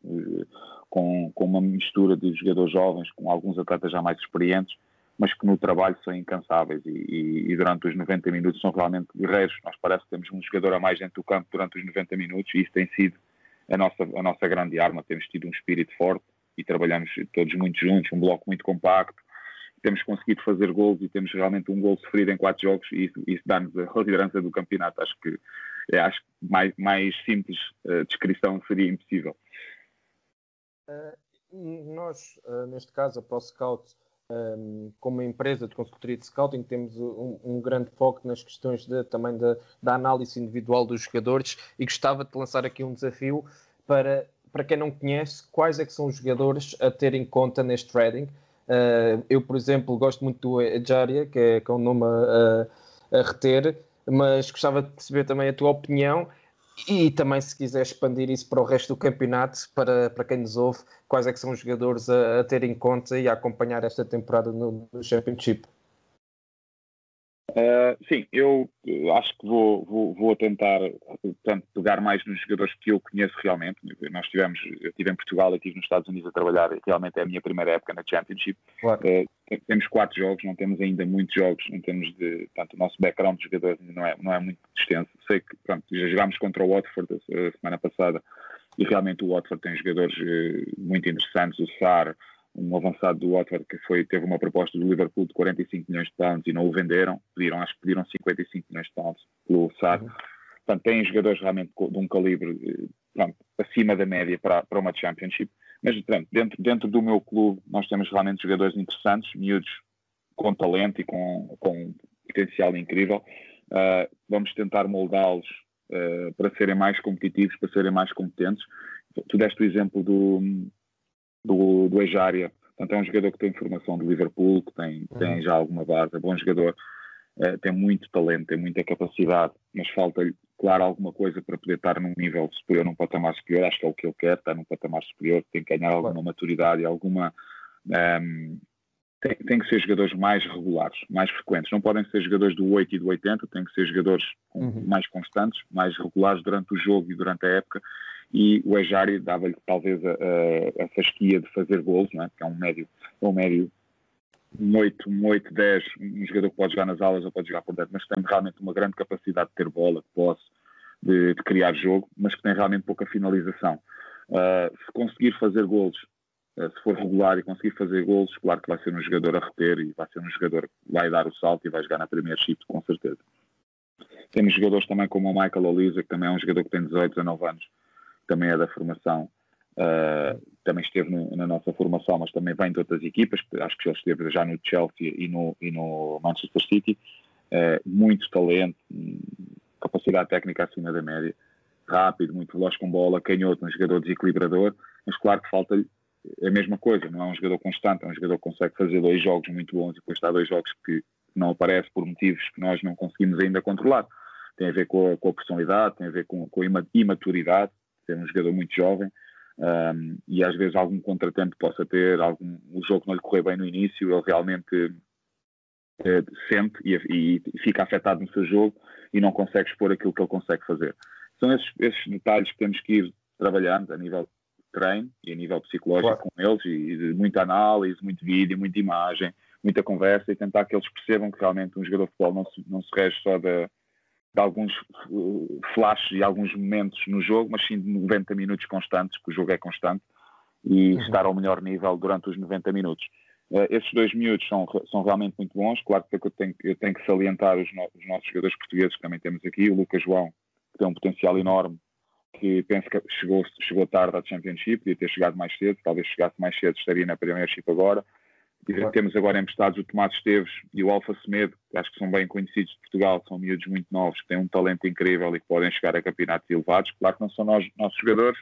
com, com uma mistura de jogadores jovens, com alguns atletas já mais experientes, mas que no trabalho são incansáveis e, e, e durante os noventa minutos são realmente guerreiros. Nós parece que temos um jogador a mais dentro do campo durante os noventa minutos, e isso tem sido a nossa, a nossa grande arma. Temos tido um espírito forte e trabalhamos todos muito juntos, um bloco muito compacto. Temos conseguido fazer gols e temos realmente um gol sofrido em quatro jogos, e isso, isso dá-nos a liderança do campeonato. Acho que, é, acho que mais, mais simples uh, descrição seria impossível. Uh, nós, uh, neste caso, a ProScout, um, como uma empresa de consultoria de scouting, temos um, um grande foco nas questões de, também da, da análise individual dos jogadores, e gostava de lançar aqui um desafio para, para quem não conhece, quais é que são os jogadores a ter em conta neste trading. Uh, eu, por exemplo, gosto muito do Ejaria, que é, que é um nome a, a reter, mas gostava de perceber também a tua opinião e também, se quiser expandir isso para o resto do campeonato, para, para quem nos ouve, quais é que são os jogadores a, a ter em conta e a acompanhar esta temporada no, no Championship. Uh, sim, eu acho que vou, vou, vou tentar, portanto, pegar mais nos jogadores que eu conheço realmente. Nós tivemos, eu estive em Portugal e estive nos Estados Unidos a trabalhar, realmente é a minha primeira época na Championship. Claro. Uh, temos quatro jogos, não temos ainda muitos jogos em termos de, portanto, o nosso background de jogadores não é, não é muito extenso. Sei que, pronto, já jogámos contra o Watford a semana passada, e realmente o Watford tem jogadores uh, muito interessantes, o Sar, um avançado do Watford que foi, teve uma proposta do Liverpool de quarenta e cinco milhões de pounds e não o venderam, pediram, acho que pediram cinquenta e cinco milhões de pounds pelo Sar. Uhum. Portanto, têm jogadores realmente de um calibre, pronto, acima da média para, para uma Championship, mas pronto, dentro, dentro do meu clube nós temos realmente jogadores interessantes, miúdos com talento e com, com potencial incrível. Uh, vamos tentar moldá-los uh, para serem mais competitivos, para serem mais competentes. Tu deste o exemplo do do, do Ejaria, portanto é um jogador que tem formação do Liverpool, que tem, uhum. tem já alguma base, é bom jogador, uh, tem muito talento, tem muita capacidade, mas falta-lhe, claro, alguma coisa para poder estar num nível superior, num patamar superior. Acho que é o que ele quer, estar num patamar superior, tem que ganhar alguma maturidade, alguma... Um, tem, tem que ser jogadores mais regulares, mais frequentes, não podem ser jogadores do oito e do oitenta, tem que ser jogadores uhum. mais constantes, mais regulares durante o jogo e durante a época. E o Ejaria dava-lhe talvez a, a, a fasquia de fazer golos, não é? Porque é um médio, é um médio um oito, um oito, dez, um jogador que pode jogar nas alas ou pode jogar por dentro, mas tem realmente uma grande capacidade de ter bola, de posse, de, de criar jogo, mas que tem realmente pouca finalização. Uh, se conseguir fazer golos, uh, se for regular e conseguir fazer golos, claro que vai ser um jogador a reter e vai ser um jogador que vai dar o salto e vai jogar na Premiership, com certeza. Temos jogadores também como o Michael Olise, que também é um jogador que tem dezoito, dezanove anos, que também é da formação. Uh, também esteve no, na nossa formação, mas também vem de outras equipas, acho que ele esteve já no Chelsea e no, e no Manchester City. Uh, muito talento, capacidade técnica acima da média, rápido, muito veloz com bola, canhoto, um jogador desequilibrador, mas claro que falta a mesma coisa, não é um jogador constante, é um jogador que consegue fazer dois jogos muito bons e depois está dois jogos que não aparece por motivos que nós não conseguimos ainda controlar. Tem a ver com a, com a personalidade, tem a ver com, com a imaturidade, ser um jogador muito jovem. Um, e às vezes algum contratempo possa ter, algum, o jogo não lhe correr bem no início, ele realmente é, sente e, e, e fica afetado no seu jogo e não consegue expor aquilo que ele consegue fazer. São esses, esses detalhes que temos que ir trabalhando a nível de treino e a nível psicológico, claro, com eles, e de muita análise, muito vídeo, muita imagem, muita conversa, e tentar que eles percebam que realmente um jogador de futebol não se, não se rege só de, de alguns flashes e alguns momentos no jogo, mas sim de noventa minutos constantes, porque o jogo é constante, e uhum. estar ao melhor nível durante os noventa minutos. Uh, esses dois miúdos são, são realmente muito bons. Claro que eu tenho, eu tenho que salientar os, no, os nossos jogadores portugueses que também temos aqui, o Lucas João, que tem um potencial enorme, que penso que chegou, chegou tarde à Championship, podia ter chegado mais cedo, talvez chegasse mais cedo, estaria na Premiership agora. Claro. Temos agora emprestados o Tomás Esteves e o Alfa Semedo, que acho que são bem conhecidos de Portugal, são miúdos muito novos, que têm um talento incrível e que podem chegar a campeonatos elevados. Claro que não são nós, nossos jogadores,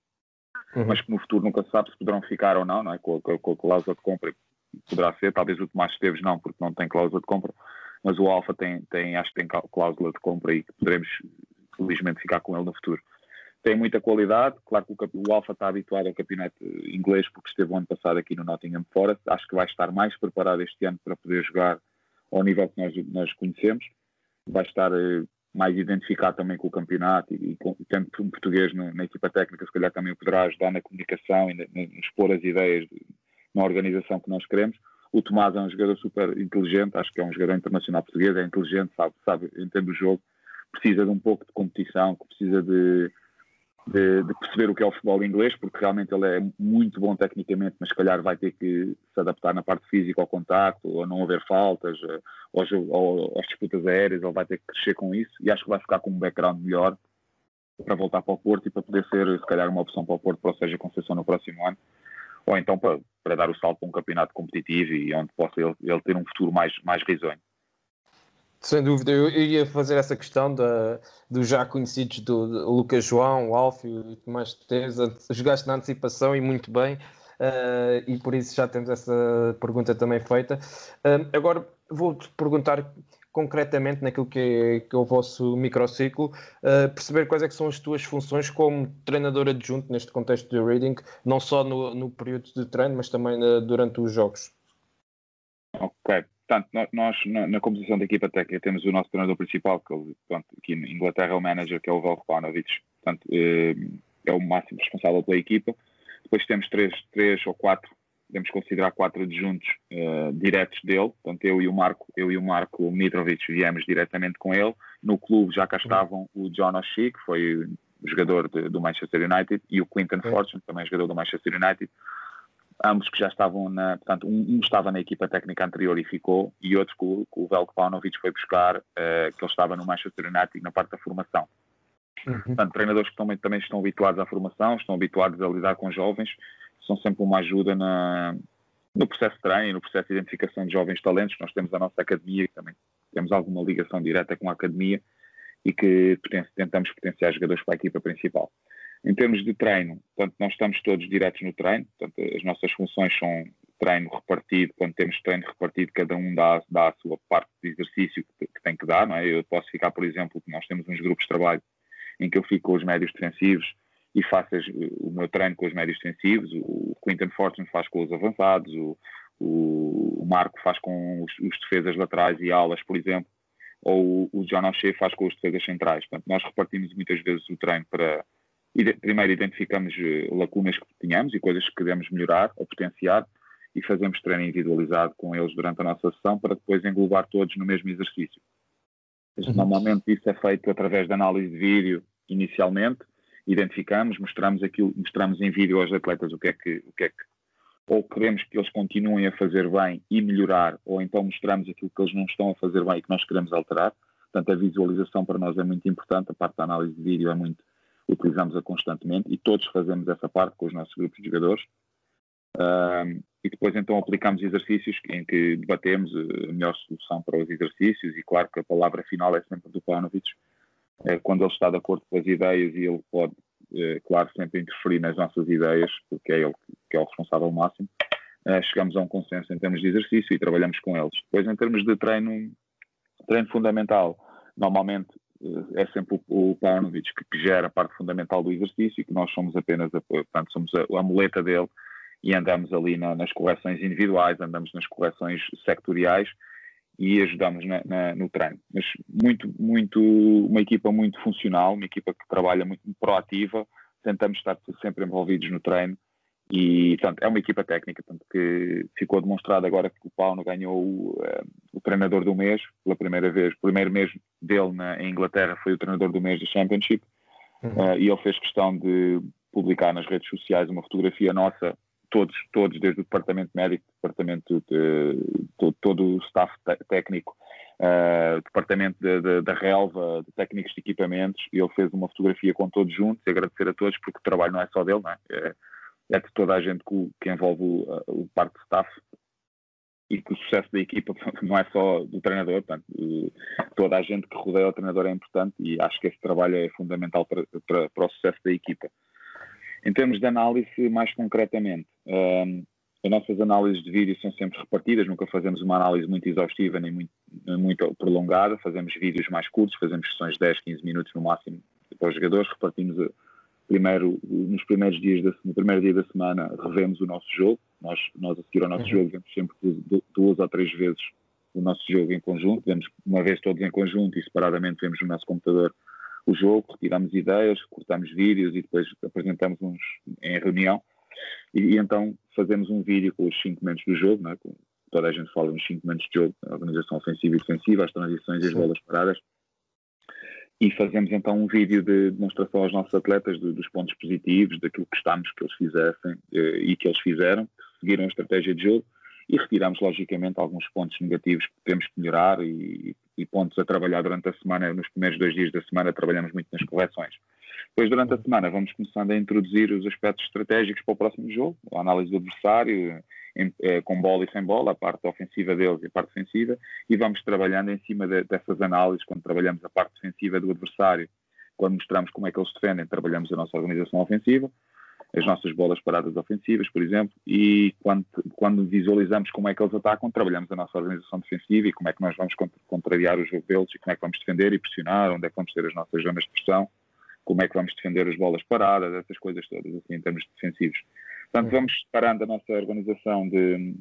uhum. mas que no futuro nunca se sabe se poderão ficar ou não, não é? Com, com, com a cláusula de compra poderá ser, talvez o Tomás Esteves não, porque não tem cláusula de compra, mas o Alfa tem, tem, acho que tem cláusula de compra e que poderemos felizmente ficar com ele no futuro. Tem muita qualidade, claro que o, o Alfa está habituado ao campeonato inglês porque esteve o ano passado aqui no Nottingham Forest, acho que vai estar mais preparado este ano para poder jogar ao nível que nós, nós conhecemos, vai estar eh, mais identificado também com o campeonato e, e, com, e tendo um português no, na equipa técnica, se calhar também o poderá ajudar na comunicação e no expor as ideias de, na organização que nós queremos. O Tomás é um jogador super inteligente, acho que é um jogador internacional português, é inteligente, sabe, sabe entende o jogo, precisa de um pouco de competição, precisa de De, de perceber o que é o futebol inglês, porque realmente ele é muito bom tecnicamente, mas se calhar vai ter que se adaptar na parte física ao contacto, ou a não haver faltas, ou, ou às disputas aéreas, ele vai ter que crescer com isso, e acho que vai ficar com um background melhor para voltar para o Porto e para poder ser, se calhar, uma opção para o Porto, para o Sérgio Conceição no próximo ano, ou então para, para dar o salto para um campeonato competitivo e onde possa ele, ele ter um futuro mais, mais risonho. Sem dúvida, eu ia fazer essa questão da, dos já conhecidos do, do Lucas João, o Alfio e o Tomás Esteves. Jogaste na antecipação e muito bem, uh, e por isso já temos essa pergunta também feita. Uh, agora vou-te perguntar concretamente naquilo que é, que é o vosso microciclo, uh, perceber quais é que são as tuas funções como treinador adjunto neste contexto de Reading, não só no, no período de treino, mas também uh, durante os jogos. Ok. Portanto, nós na, na composição da equipa técnica temos o nosso treinador principal, que portanto, aqui na Inglaterra é o manager, que é o Veljko Paunovic, portanto, é, é o máximo responsável pela equipa. Depois temos três, três ou quatro, podemos considerar quatro adjuntos uh, diretos dele, portanto eu e o Marco, eu e o Marco Mitrovic viemos diretamente com ele. No clube já cá estavam o John O'Shea, que foi jogador de, do Manchester United, e o Clinton é. Fortune, também jogador do Manchester United. Ambos que já estavam na... Portanto, um, um estava na equipa técnica anterior e ficou, e outro que o, o Veljko Paunovic foi buscar, uh, que ele estava no Manchester United na parte da formação. Uhum. Portanto, treinadores que também, também estão habituados à formação, estão habituados a lidar com jovens, são sempre uma ajuda na, no processo de treino e no processo de identificação de jovens talentos. Nós temos a nossa academia, que também temos alguma ligação direta com a academia e que poten- tentamos potenciar jogadores para a equipa principal. Em termos de treino, portanto, nós estamos todos diretos no treino, portanto, as nossas funções são treino repartido, quando temos treino repartido, cada um dá, dá a sua parte de exercício que, que tem que dar, não é? Eu posso ficar, por exemplo, nós temos uns grupos de trabalho em que eu fico com os médios defensivos e faço as, o meu treino com os médios defensivos, o Clinton Fortune faz com os avançados, o, o, o Marco faz com os, os defesas laterais e alas, por exemplo, ou o, o John O'Shea faz com os defesas centrais. Portanto, nós repartimos muitas vezes o treino para... Primeiro identificamos lacunas que tínhamos e coisas que queremos melhorar ou potenciar, e fazemos treino individualizado com eles durante a nossa sessão para depois englobar todos no mesmo exercício. Uhum. Normalmente isso é feito através de análise de vídeo inicialmente, identificamos, mostramos aquilo, mostramos em vídeo aos atletas o que é que, o que é que ou queremos que eles continuem a fazer bem e melhorar, ou então mostramos aquilo que eles não estão a fazer bem e que nós queremos alterar. Portanto, a visualização para nós é muito importante, a parte da análise de vídeo é muito, utilizamos-a constantemente e todos fazemos essa parte com os nossos grupos de jogadores. Um, e depois então aplicamos exercícios em que debatemos a melhor solução para os exercícios e claro que a palavra final é sempre do Paunovic, é, quando ele está de acordo com as ideias e ele pode, é, claro, sempre interferir nas nossas ideias, porque é ele que é o responsável máximo, é, chegamos a um consenso em termos de exercício e trabalhamos com eles. Depois em termos de treino, treino fundamental, normalmente é sempre o, o Paunovic que, que gera a parte fundamental do exercício e que nós somos apenas a, portanto, somos a, a muleta dele e andamos ali na, nas correções individuais, andamos nas correções sectoriais e ajudamos na, na, no treino. Mas muito, muito, uma equipa muito funcional, uma equipa que trabalha muito proativa, tentamos estar sempre envolvidos no treino e, portanto, é uma equipa técnica, tanto que ficou demonstrado agora que o Pauno ganhou o, uh, o treinador do mês, pela primeira vez. O primeiro mês dele na, em Inglaterra foi o treinador do mês da Championship, uhum. uh, e ele fez questão de publicar nas redes sociais uma fotografia nossa, todos, todos desde o departamento médico, departamento de, de, todo o staff técnico, uh, departamento de, de, da relva, de técnicos de equipamentos, e ele fez uma fotografia com todos juntos e agradecer a todos, porque o trabalho não é só dele, não é? É, é de toda a gente que, que envolve o, o parte de staff e que o sucesso da equipa não é só do treinador, portanto, toda a gente que rodeia o treinador é importante e acho que esse trabalho é fundamental para, para, para o sucesso da equipa. Em termos de análise, mais concretamente, um, as nossas análises de vídeo são sempre repartidas, nunca fazemos uma análise muito exaustiva nem muito, muito prolongada, fazemos vídeos mais curtos, fazemos sessões de dez, quinze minutos no máximo para os jogadores, repartimos a, primeiro, nos primeiros dias, da, no primeiro dia da semana, revemos o nosso jogo, nós, nós a seguir ao nosso uhum. jogo vemos sempre duas ou três vezes o nosso jogo em conjunto, vemos uma vez todos em conjunto e separadamente vemos no nosso computador o jogo, retiramos ideias, cortamos vídeos e depois apresentamos uns em reunião e, e então fazemos um vídeo com os cinco momentos do jogo, não é? Com, toda a gente fala nos cinco momentos de jogo, a organização ofensiva e defensiva, as transições e as bolas paradas, e fazemos então um vídeo de demonstração aos nossos atletas de, dos pontos positivos, daquilo que gostamos que eles fizessem eh, e que eles fizeram, que seguiram a estratégia de jogo, e retiramos logicamente alguns pontos negativos que temos que melhorar e, e pontos a trabalhar durante a semana. Nos primeiros dois dias da semana trabalhamos muito nas correções. Depois durante a semana vamos começando a introduzir os aspectos estratégicos para o próximo jogo, a análise do adversário, em, eh, com bola e sem bola, a parte ofensiva deles e a parte defensiva, e vamos trabalhando em cima de, dessas análises, quando trabalhamos a parte defensiva do adversário, quando mostramos como é que eles defendem, trabalhamos a nossa organização ofensiva, as nossas bolas paradas ofensivas, por exemplo, e quando, quando visualizamos como é que eles atacam, trabalhamos a nossa organização defensiva e como é que nós vamos contrariar o jogo deles e como é que vamos defender e pressionar, onde é que vamos ter as nossas zonas de pressão, como é que vamos defender as bolas paradas, essas coisas todas, assim, em termos defensivos. Portanto, vamos separando a nossa organização de...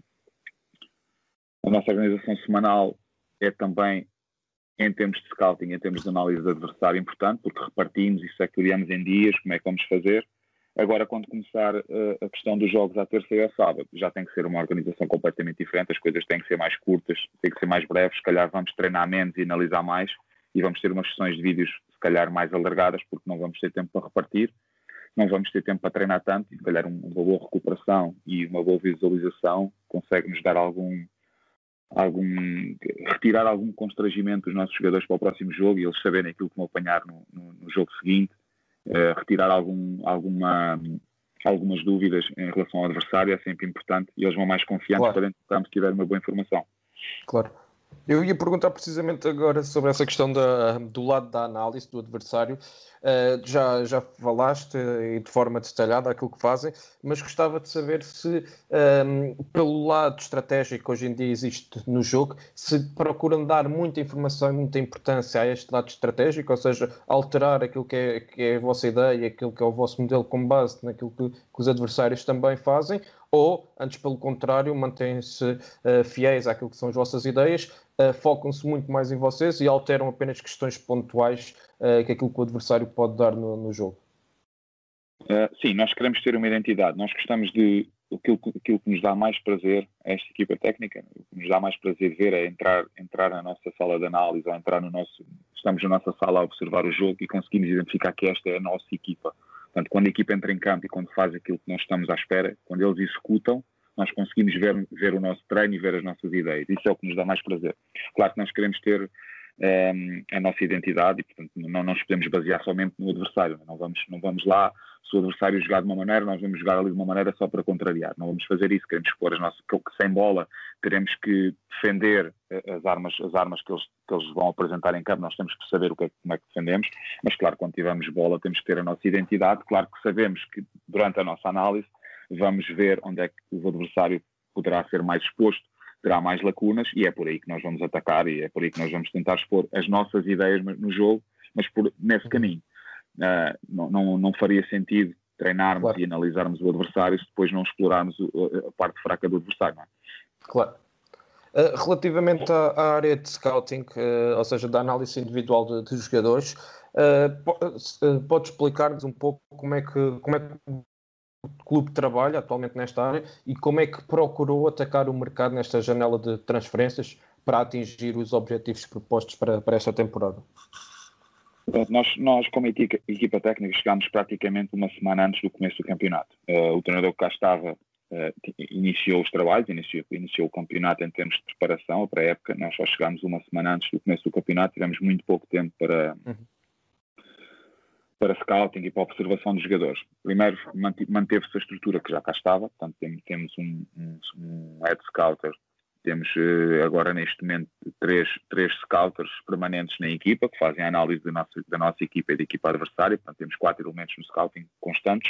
A nossa organização semanal é também, em termos de scouting, em termos de análise de adversário, importante, porque repartimos e sectoriamos em dias como é que vamos fazer. Agora, quando começar uh, a questão dos jogos à terça e ao sábado, já tem que ser uma organização completamente diferente, as coisas têm que ser mais curtas, têm que ser mais breves, se calhar vamos treinar menos e analisar mais, e vamos ter umas sessões de vídeos, se calhar, mais alargadas, porque não vamos ter tempo para repartir, não vamos ter tempo para treinar tanto, e se calhar uma boa recuperação e uma boa visualização consegue-nos dar algum, algum, retirar algum constrangimento dos nossos jogadores para o próximo jogo e eles saberem aquilo que vão apanhar no, no, no jogo seguinte. Uh, retirar algum, alguma, algumas dúvidas em relação ao adversário é sempre importante e eles vão mais confiantes claro. Para dentro do campo se tiverem uma boa informação. Claro. Eu ia perguntar precisamente agora sobre essa questão da, do lado da análise do adversário. Uh, já, já falaste e de forma detalhada aquilo que fazem, mas gostava de saber se, um, pelo lado estratégico que hoje em dia existe no jogo, se procuram dar muita informação e muita importância a este lado estratégico, ou seja, alterar aquilo que é, que é a vossa ideia, aquilo que é o vosso modelo com base naquilo que, que os adversários também fazem, ou, antes pelo contrário, mantêm-se uh, fiéis àquilo que são as vossas ideias, uh, focam-se muito mais em vocês e alteram apenas questões pontuais uh, que aquilo que o adversário pode dar no, no jogo? Uh, sim, nós queremos ter uma identidade. Nós gostamos de aquilo, aquilo que nos dá mais prazer a esta equipa técnica, o que nos dá mais prazer ver é entrar, entrar na nossa sala de análise, ou entrar no nosso, estamos na nossa sala a observar o jogo e conseguimos identificar que esta é a nossa equipa. Portanto, quando a equipa entra em campo e quando faz aquilo que nós estamos à espera, quando eles executam, nós conseguimos ver, ver o nosso treino e ver as nossas ideias. Isso é o que nos dá mais prazer. Claro que nós queremos ter um, a nossa identidade e, portanto, não nos podemos basear somente no adversário. Não vamos, não vamos lá, se o adversário jogar de uma maneira, nós vamos jogar ali de uma maneira só para contrariar. Não vamos fazer isso. Queremos expor as nossas... Que sem bola teremos que defender as armas, as armas que, eles, que eles vão apresentar em campo. Nós temos que saber o que é, como é que defendemos. Mas, claro, quando tivermos bola, temos que ter a nossa identidade. Claro que sabemos que, durante a nossa análise, vamos ver onde é que o adversário poderá ser mais exposto, terá mais lacunas, e é por aí que nós vamos atacar e é por aí que nós vamos tentar expor as nossas ideias no jogo, mas por, nesse caminho. Uh, não, não, não faria sentido treinarmos claro. E analisarmos o adversário se depois não explorarmos a parte fraca do adversário. Não é? Claro. Uh, relativamente à, à área de scouting, uh, ou seja, da análise individual de, de jogadores, uh, uh, pode explicar-nos um pouco como é que, como é que o clube trabalha atualmente nesta área e como é que procurou atacar o mercado nesta janela de transferências para atingir os objetivos propostos para, para esta temporada? Nós, nós, como equipa, equipa técnica, chegámos praticamente uma semana antes do começo do campeonato. Uh, o treinador que cá estava uh, iniciou os trabalhos, iniciou, iniciou o campeonato em termos de preparação, para a época. Nós só chegámos uma semana antes do começo do campeonato, tivemos muito pouco tempo para... Uhum. para scouting e para observação dos jogadores. Primeiro, manteve-se a estrutura que já cá estava, portanto temos um, um, um head scouter, temos agora neste momento três, três scouters permanentes na equipa, que fazem a análise da nossa, da nossa equipa e da equipa adversária, portanto temos quatro elementos no scouting constantes.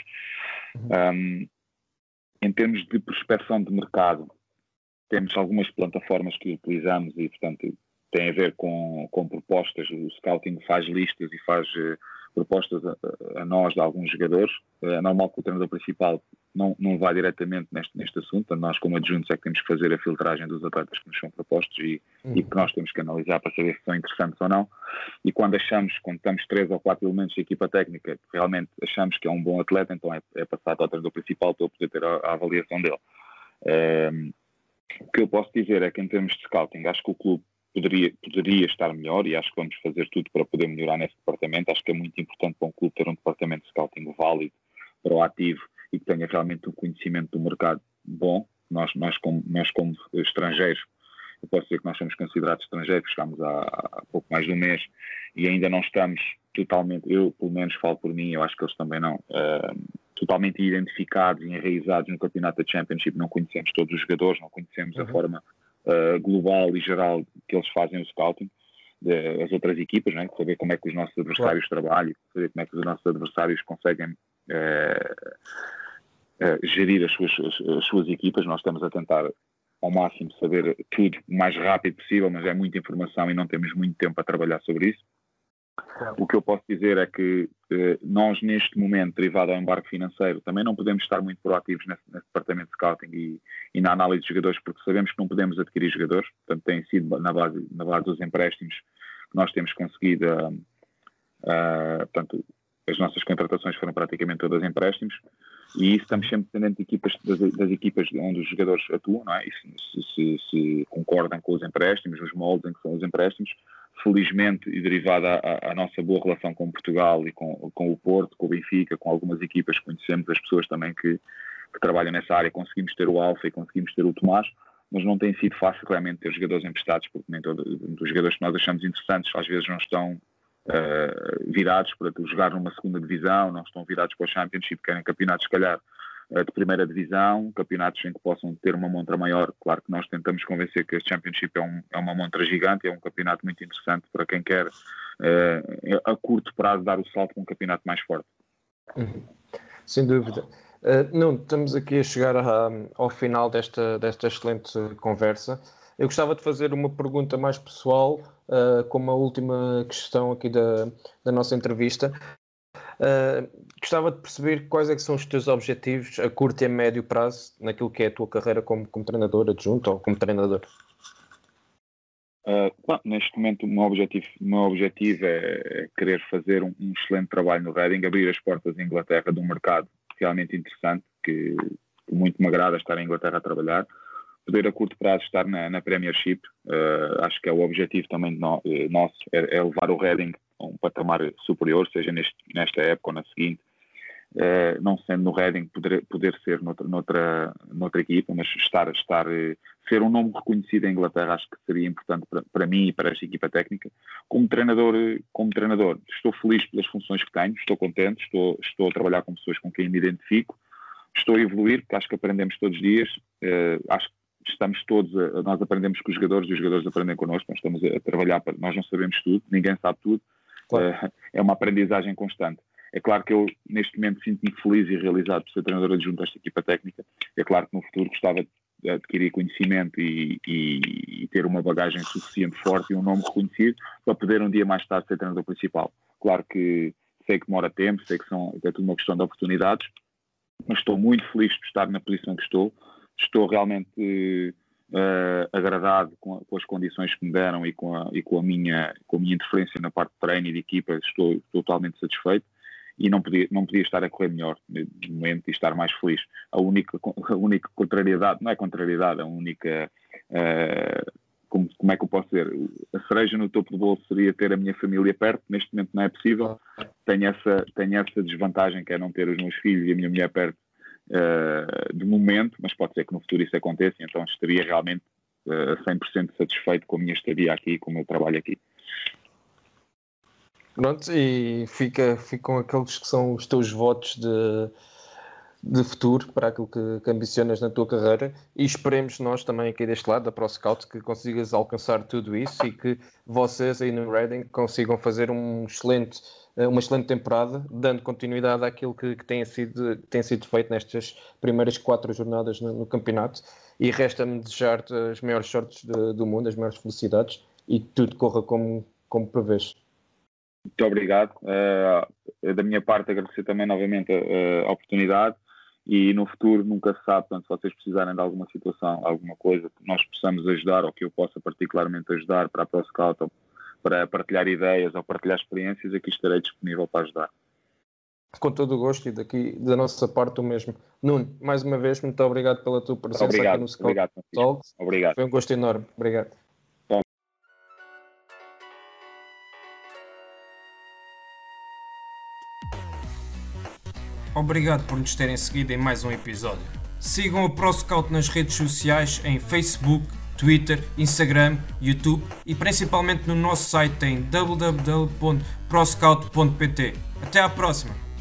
Um, em termos de prospecção de mercado, temos algumas plataformas que utilizamos e, portanto, tem a ver com, com propostas. O scouting faz listas e faz uh, propostas a, a nós de alguns jogadores. É normal que o treinador principal não, não vá diretamente neste, neste assunto. Nós, como adjuntos, é que temos que fazer a filtragem dos atletas que nos são propostos e, uhum. e que nós temos que analisar para saber se são interessantes ou não. E quando achamos, quando temos três ou quatro elementos da equipa técnica, realmente achamos que é um bom atleta, então é, é passado ao treinador principal para eu poder ter a, a avaliação dele. É, o que eu posso dizer é que, em termos de scouting, acho que o clube Poderia, poderia estar melhor e acho que vamos fazer tudo para poder melhorar nesse departamento. Acho que é muito importante para um clube ter um departamento de scouting válido, proativo e que tenha realmente um conhecimento do mercado bom. Nós, nós, como, nós como estrangeiros, eu posso dizer que nós somos considerados estrangeiros, chegámos há, há pouco mais de um mês e ainda não estamos totalmente, eu pelo menos falo por mim, eu acho que eles também não, uh, totalmente identificados e enraizados no campeonato da Championship. Não conhecemos todos os jogadores, não conhecemos uhum. a forma Uh, global e geral que eles fazem o scouting das outras equipas, né? Saber como é que os nossos adversários claro. trabalham, saber como é que os nossos adversários conseguem uh, uh, gerir as suas, as, as suas equipas. Nós estamos a tentar ao máximo saber tudo o mais rápido possível, mas é muita informação e não temos muito tempo para trabalhar sobre isso. Claro. O que eu posso dizer é que eh, nós, neste momento, derivado ao embarque financeiro, também não podemos estar muito proativos nesse, nesse departamento de scouting e, e na análise de jogadores, porque sabemos que não podemos adquirir jogadores. Portanto, tem sido na base, na base dos empréstimos que nós temos conseguido. Uh, uh, portanto, as nossas contratações foram praticamente todas empréstimos e isso estamos sempre dependendo de equipas, das, das equipas onde os jogadores atuam, não é? E se, se, se concordam com os empréstimos, os moldes em que são os empréstimos. Felizmente, e derivado à, à nossa boa relação com Portugal e com, com o Porto, com o Benfica, com algumas equipas que conhecemos, as pessoas também que, que trabalham nessa área, conseguimos ter o Alfa e conseguimos ter o Tomás, mas não tem sido fácil realmente ter jogadores emprestados, porque nem todos os jogadores que nós achamos interessantes às vezes não estão uh, virados para jogar numa segunda divisão, não estão virados para o Championship, querem campeonatos, se calhar, de primeira divisão, campeonatos em que possam ter uma montra maior. Claro que nós tentamos convencer que este Championship é, um, é uma montra gigante, é um campeonato muito interessante para quem quer uh, a curto prazo dar o salto para um campeonato mais forte. Uhum. Sem dúvida. Uh, não, estamos aqui a chegar a, ao final desta, desta excelente conversa. Eu gostava de fazer uma pergunta mais pessoal, uh, como a última questão aqui da, da nossa entrevista. Uh, gostava de perceber quais é que são os teus objetivos a curto e a médio prazo naquilo que é a tua carreira como, como treinador adjunto ou como treinador. Uh, bom, neste momento o meu objetivo, o meu objetivo é querer fazer um, um excelente trabalho no Reading, abrir as portas da Inglaterra de um mercado realmente interessante que, muito me agrada estar em Inglaterra a trabalhar. Poder a curto prazo estar na, na Premiership, uh, acho que é o objetivo também no, uh, nosso, é, é levar o Reading a um patamar superior, seja neste, nesta época ou na seguinte. Uh, não sendo no Reading, poder, poder ser noutra, noutra, noutra equipa, mas estar, estar, uh, ser um nome reconhecido em Inglaterra acho que seria importante para, para mim e para esta equipa técnica. Como treinador, como treinador, estou feliz pelas funções que tenho, estou contente, estou, estou a trabalhar com pessoas com quem me identifico, estou a evoluir, porque acho que aprendemos todos os dias, uh, acho que estamos todos, a, nós aprendemos com os jogadores e os jogadores aprendem connosco, nós estamos a, a trabalhar, para, nós não sabemos tudo, ninguém sabe tudo, claro. uh, é uma aprendizagem constante. É claro que eu, neste momento, sinto-me feliz e realizado por ser treinador adjunto desta equipa técnica. É claro que no futuro gostava de adquirir conhecimento e, e, e ter uma bagagem suficiente forte e um nome reconhecido para poder um dia mais tarde ser treinador principal. Claro que sei que demora tempo, sei que são, é tudo uma questão de oportunidades, mas estou muito feliz por estar na posição que estou. Estou realmente uh, agradado com, com as condições que me deram e com a, e com a, minha, com a minha interferência na parte de treino e de equipa. Estou, estou totalmente satisfeito. E não podia, não podia estar a correr melhor de momento e estar mais feliz. A única, a única contrariedade, não é contrariedade, a única, uh, como, como é que eu posso dizer, a cereja no topo do bolo seria ter a minha família perto, neste momento não é possível, tenho essa, tenho essa desvantagem que é não ter os meus filhos e a minha mulher perto uh, de momento, mas pode ser que no futuro isso aconteça, então estaria realmente uh, cem por cento satisfeito com a minha estadia aqui e com o meu trabalho aqui. Pronto, e fica, ficam aqueles que são os teus votos de, de futuro para aquilo que, que ambicionas na tua carreira, e esperemos nós também aqui deste lado da ProScout que consigas alcançar tudo isso e que vocês aí no Reading consigam fazer um excelente, uma excelente temporada, dando continuidade àquilo que, que tem, sido, tem sido feito nestas primeiras quatro jornadas no, no campeonato, e resta-me desejar-te as maiores sortes de, do mundo, as maiores felicidades, e que tudo corra como, como prevês. Muito obrigado. Uh, da minha parte, agradecer também novamente a, a oportunidade, e no futuro nunca se sabe, portanto, se vocês precisarem de alguma situação, alguma coisa que nós possamos ajudar ou que eu possa particularmente ajudar para a ProScout, ou para partilhar ideias ou partilhar experiências, aqui estarei disponível para ajudar. Com todo o gosto, e daqui da nossa parte o mesmo. Nuno, mais uma vez, muito obrigado pela tua presença obrigado, aqui no Scout obrigado, Talks. Obrigado. Foi um gosto enorme. Obrigado. Obrigado por nos terem seguido em mais um episódio. Sigam a ProScout nas redes sociais em Facebook, Twitter, Instagram, YouTube e principalmente no nosso site em w w w ponto proscout ponto p t. Até à próxima!